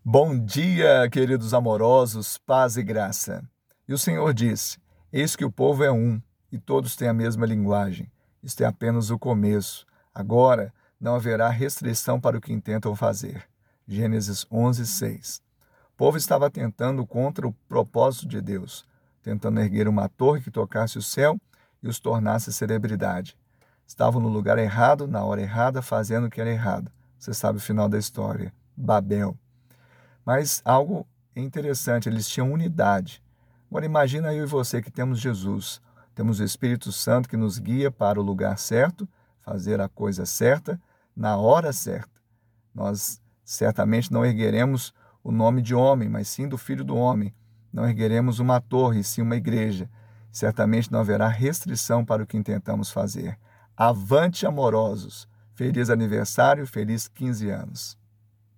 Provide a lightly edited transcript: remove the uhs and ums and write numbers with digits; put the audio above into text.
Bom dia, queridos amorosos, paz e graça. E o Senhor disse: Eis que o povo é um, e todos têm a mesma linguagem. Isto é apenas o começo. Agora não haverá restrição para o que intentam fazer. Gênesis 11:6. O povo estava tentando contra o propósito de Deus, tentando erguer uma torre que tocasse o céu e os tornasse celebridade. Estavam no lugar errado, na hora errada, fazendo o que era errado. Você sabe o final da história: Babel. Mas algo interessante, eles tinham unidade. Agora imagina eu e você que temos Jesus, temos o Espírito Santo que nos guia para o lugar certo, fazer a coisa certa, na hora certa. Nós certamente não ergueremos o nome de homem, mas sim do Filho do Homem. Não ergueremos uma torre, sim uma igreja. Certamente não haverá restrição para o que intentamos fazer. Avante, amorosos! Feliz aniversário, feliz 15 anos!